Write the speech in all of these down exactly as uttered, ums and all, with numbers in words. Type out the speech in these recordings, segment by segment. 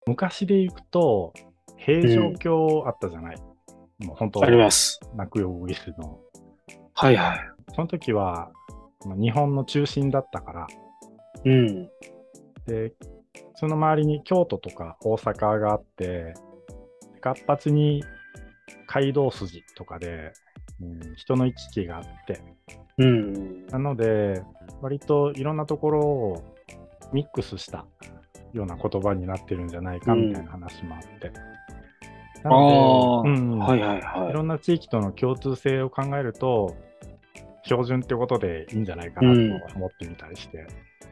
昔で行くと、平城うん。 京あったじゃない。もう本あり当、 ます。 落葉ウグイスの。 はいはその時は、まあ日本の中心だったから、 い。うん。 で、その周りに京都とか大阪があって、活発に街道筋とかで、うん、人の行き来があって、 うん。 なので、割といろんなところをミックスしたような言葉になってるんじゃないかみたいなうん。 話もあって。なあので、 あ、 うんうん、 はいはいはい。 いろんな地域との共通性を考えると、標準ってことでいいんじゃないかなとうん。 思ってみたりして。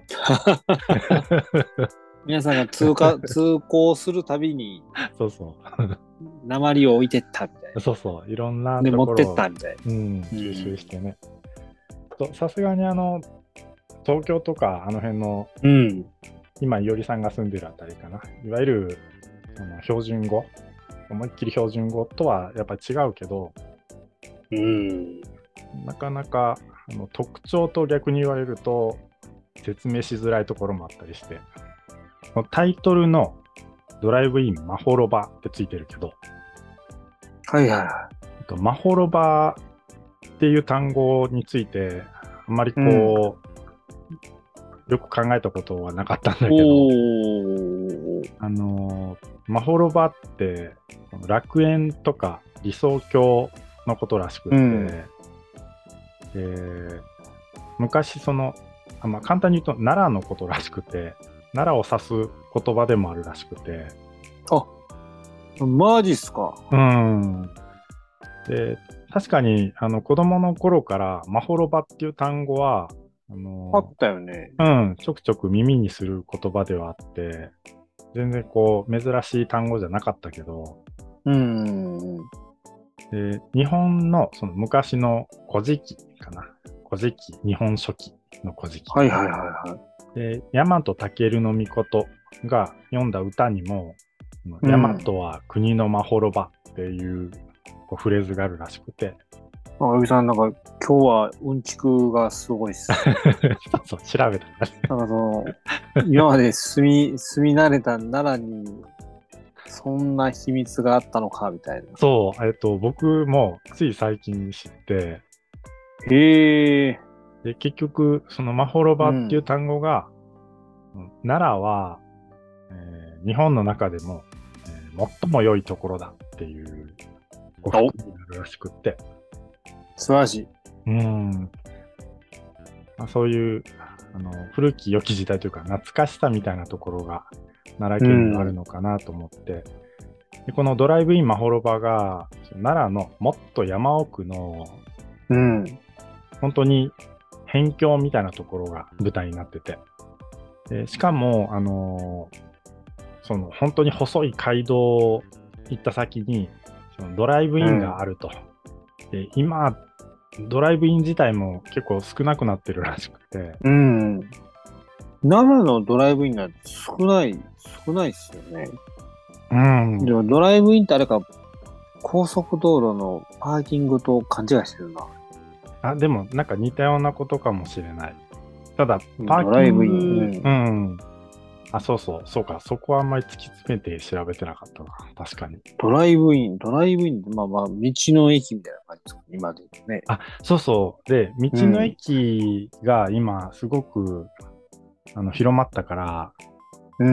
皆さんが通過、通行するたびに、 そうそ鉛を置いてったみたいう。そうそう。いろんなな。で、持ってっところを、 たみたいうん、 な。う吸収しん。 てね。とさすがにあの、東京とかあの辺の、 うん。 今、いおりさんが住んでるあたりかな。いわゆる、その標準語、思いっきり標準語とはやっぱり違うけど、 うん。 なかなかあの特徴と逆に言われると説明しづらいところもあったりして、タイトルのドライブインマホロバってついてるけど、 はいはいはマホロバっていう単語についてあんまりい。うん。 こうよく考えたことはなかったんだけど、 おー。 あのマホロバって楽園とか理想郷のことらしくっうん。 て、で昔その、あまあ、簡単に言うと奈良のことらしくて、奈良を指す言葉でもあるらしくて、 あ、マジっすか。 うん。で、確かにあの子供の頃からマホロバっていう単語は、あの、 あったよね。 うん、ちょくちょく耳にする言葉ではあって、全然こう珍しい単語じゃなかったけど、 うん。はで日本のその昔の古事記かな。古事記、日本書紀の古事記。 いはいはいはい。 で、大和武尊が読んだ歌にも、大和うん。 は国のまほろばっていうこうフレーズがあるらしくて、 あ、おじさん、なんか、今日はうんちくがすごいっす。 そうそう、調べたらね。 なんかその、今まで住み、住み慣れた奈良に、そんな秘密があったのか、みたいな。 そう、えっと、僕もつい最近知って、 へえ、 で、結局、そのまほろばっていううん。 単語が、うん奈良は、えー日本の中でも、えー最も良いところだっていう語お、 福になるらしくって、 素晴らしい。 うん、まあ、そういうあの古き良き時代というか懐かしさみたいなところが奈う良県にはあるん。 のかなと思って、でこのドライブインまほろばが奈良のもっと山奥のうん。 本当に辺境みたいなところが舞台になってて、でしかも、あのーその本当に細い街道を行った先にそのドライブインがうん。 あると。で今ドライブイン自体も結構少なくなってるらしくて、 うん。奈良のドライブインが少ない、少ないっすよね。 うん、 でもドライブインってあれか、高速道路のパーキングと勘違いしてるな。 あ、でもなんか似たようなことかもしれない。ただ、パードキンライブイン。 グ、 うん。 うん。あ、そうそう、そうか、そこはあんまり突き詰めて調べてなかったな。確かに。 ドライブイン、ドライブインって、まあまあ、道の駅みたいな感じですか、今で言うね。 あ、そうそう。で、道のうん。 駅が今すごくあの広まったから、 うん。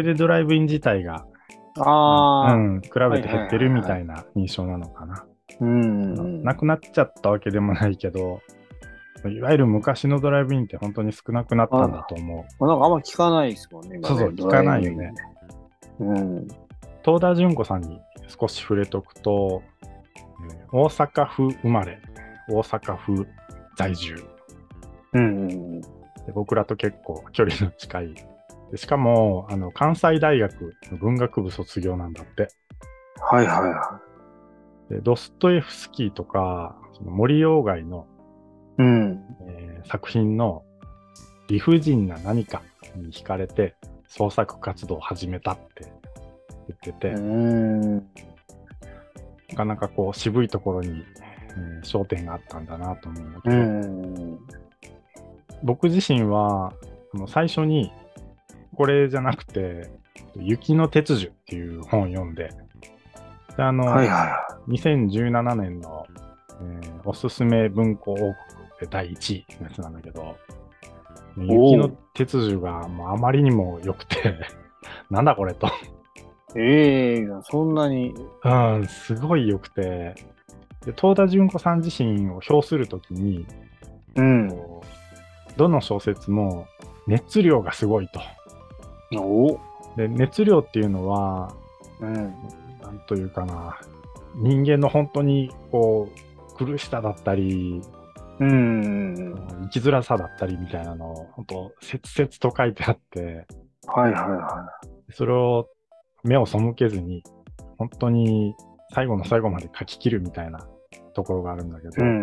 それでドライブイン自体が、 あまあ、うあ、 ん、比べてはいはいはい減ってるみはい。 たいな印象なのかな。 うあの、 ん。 なくなっちゃったわけでもないけど、いわゆる昔のドライブインって本当に少なくなったんだあ、 と思う。 まあなんかあんま聞かないですもんね、今ね、 そうそう、聞ドラかイブイン。 ないよね。 うん。 東田淳子さんに少し触れとくと、えー大阪府生まれ、大阪府在住うん。 で、僕らと結構距離の近い。でしかも、あの、関西大学の文学部卒業なんだって。 はいはいはで、ドストエフスキーとか、その森鴎外の、 い。うん。 えー作品の理不尽な何かに惹かれて創作活動を始めたって言ってうて、 ん。 なかなかこう渋いところに、えー焦点があったんだなと思うんだうけど、 ん。 僕自身はあの最初にこれじゃなくて、 雪の鉄樹っていう本を読んで、であの、 はいはいはにせんじゅうななねんの、えーおすすめ文庫王国でだいいちいのやつなんだけど、雪の鉄樹がもうあまりにも良くて、なんだこれと。 い。ええそんなに。 うん、すごい良くて、で東田順子さん自身を評するときに、 うん。 こうどの小説も熱量がすごいと。 おで、熱量っていうのは、 うん。 なんというかな、人間の本当にこう苦しさだったり、 うん。 生きづらさだったりみたいなのを、本当、切々と書いてあって、 はいはいはそれを目を背けずに、本当に最後の最後まで書き切るみたいなところがあるんだけど、 い。うん。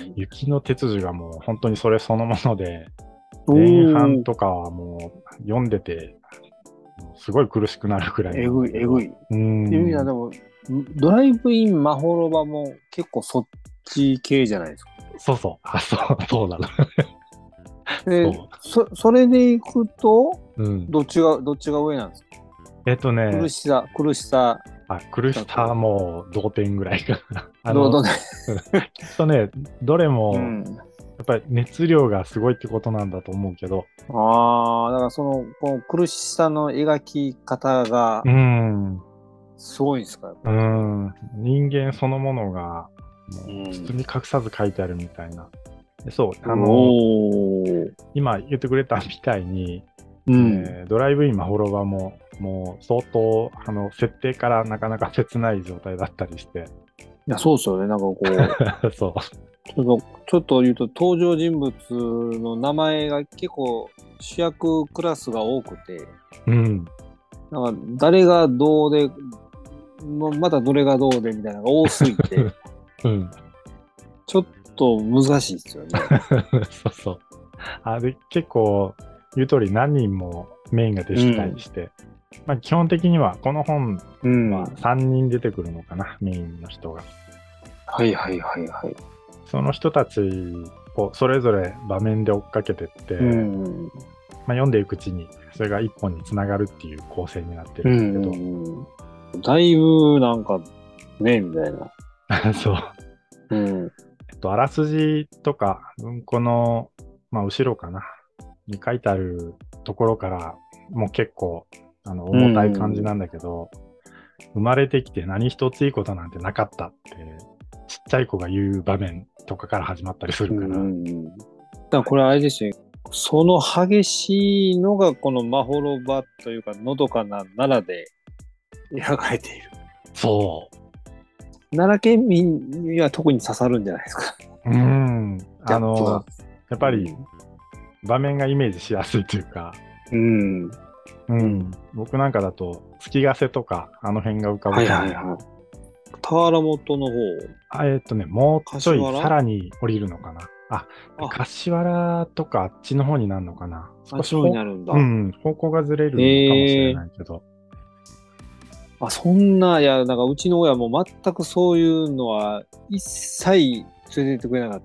雪の鉄樹がもう本当にそれそのもので、 お前半ーとかはもう読んでて、すごい苦しくなるくらいえぐい、 なんだけど。 えぐい。 うーん。 いや、でも、ドライブインマホロバも結構そっち系じゃないですか。 そうそう。あ、そう、そうなの。 で、 そそ、それでいくと、 う。うん。 どっちが、どっちが上なんですか？ えっとね、 苦しさ、苦しさ、 あ、苦しさはもう同点ぐらいかな。あの、 どうどうね。 きっとね、どれも、 うん。 やっぱり熱量がすごいってことなんだと思うけど、 ああ、だからその、この苦しさの描き方がうーん、うすごいんですか？やっぱーり。 ん、人間そのものが、 うもう包ん。 み隠さず書いてあるみたいな。でそう、あの、 おー。 今言ってくれたみたいに、 うん。 えードライブインマホロバも、もう相当、あの、設定からなかなか切ない状態だったりして、 いや、そうですよね。なんかこう、 そう、 ちょっと、ちょっと言うと登場人物の名前が結構主役クラスが多くて、 うん、 なんか誰がどうで、もうまたどれがどうでみたいなのが多すぎて、 うん、 ちょっと難しいですよね。 そうそう。あれ、結構、言う通り何人もメインが出てきたりして、まあ基本的にはこの本うん。 はさんにん出てくるのかな、メインの人が。 はいはいはいはい。 その人たちをそれぞれ場面で追っかけてって、 うん。 まあ、読んでいくうちにそれが一本につながるっていう構成になってうるんだけど、 ん。だいぶなんかね、みたいな。 そう。 うん。 えっと、あらすじとか文庫の、まあ、後ろかなに書いてあるところからもう結構あの重たい感じなんだけど、生まれてきて何一ついいことなんてなかったってちっちゃい子が言う場面とかから始まったりするから、 うん。だからこれあれですよ。その激しいのがこのマホロバというかのどかな奈良で描かれている。 そう奈良県民には特に刺さるんじゃないですか。 うーんギャあップが。 のやっぱり場面がイメージしやすいというか、 うん。 うん、僕なんかだと月ヶ瀬とかあの辺が浮かぶはいから、 はいはい。田原本の方。 あえっとね、もうちょい柏原さらに降りるのかな。あ、 あ、 柏原とかあっちの方になるのかな。 あっちの方になるんだ。 うん、方向がずれるのかもしれないけど。 あ、そんな、いや、なんかうちの親も全くそういうのは一切連れて行ってくれなかった。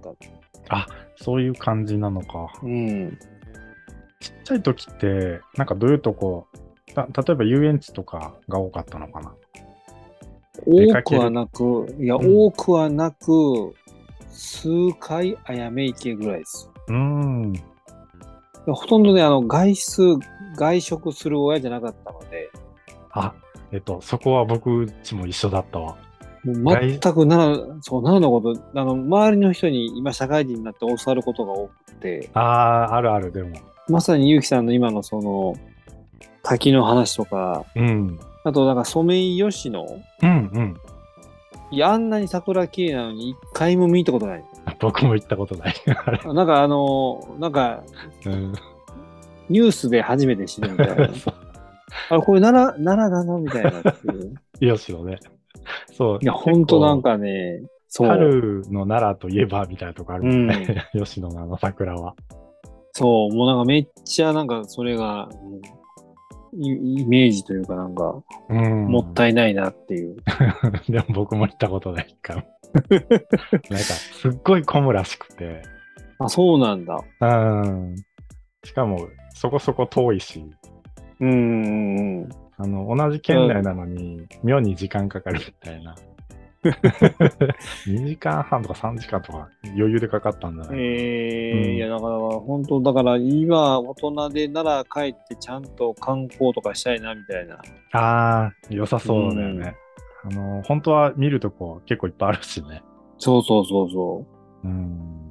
あ、そういう感じなのか。 うん。 ちっちゃい時って、なんかどういうとこ、た例えば遊園地とかが多かったのかな。出多かけるくはなく、いや、 うん多くはなく、数回あやめ池ぐらいです。 うーん。 ほとんどね、あの、外出、外食する親じゃなかったので、 あ、えっと、そこは僕んちも一緒だったわ。 もう全く奈良、そう、奈良のこと、あの、周りの人に今社会人になって教わることが多くて、 ああ、あるある、でも。 まさにゆうきさんの今のその、滝の話とか、 うん。 あとなんかソメイヨシノ、 うんうん。 いや、あんなに桜綺麗なのに一回も見たことない。 僕も行ったことない。あれなんかあの、なんかうん、 ニュースで初めて知るみたいな。 そうあれ、これ奈良、奈良なのみたいなっていう。 よしのね。そう。 いや、ほんとなん結かね、そ構う。 春の奈良といえばみたいなとこあるもんうん。 ね。吉野のあの桜は。 そう、もうなんかめっちゃなんかそれが、うんイイメージというかなんか、 うん。 もったいないなっていう。 でも僕も行ったことないかも。なんか、すっごい混むらしくて。 あ、そうなんだ。 うん。しかも、そこそこ遠いし。 うんうんうん。 あの、同じ県内なのに、妙に時間かかるみたいな。にじかんはんとかさんじかんとか余裕でかかったんだえね。 えうんいや、だから、本当、だから今、大人で奈良帰ってちゃんと観光とかしたいな、みたいな。 ああ、良さそうだようんね。あの、本当は見るとこ結構いっぱいあるしね。 そうそうそうそうん。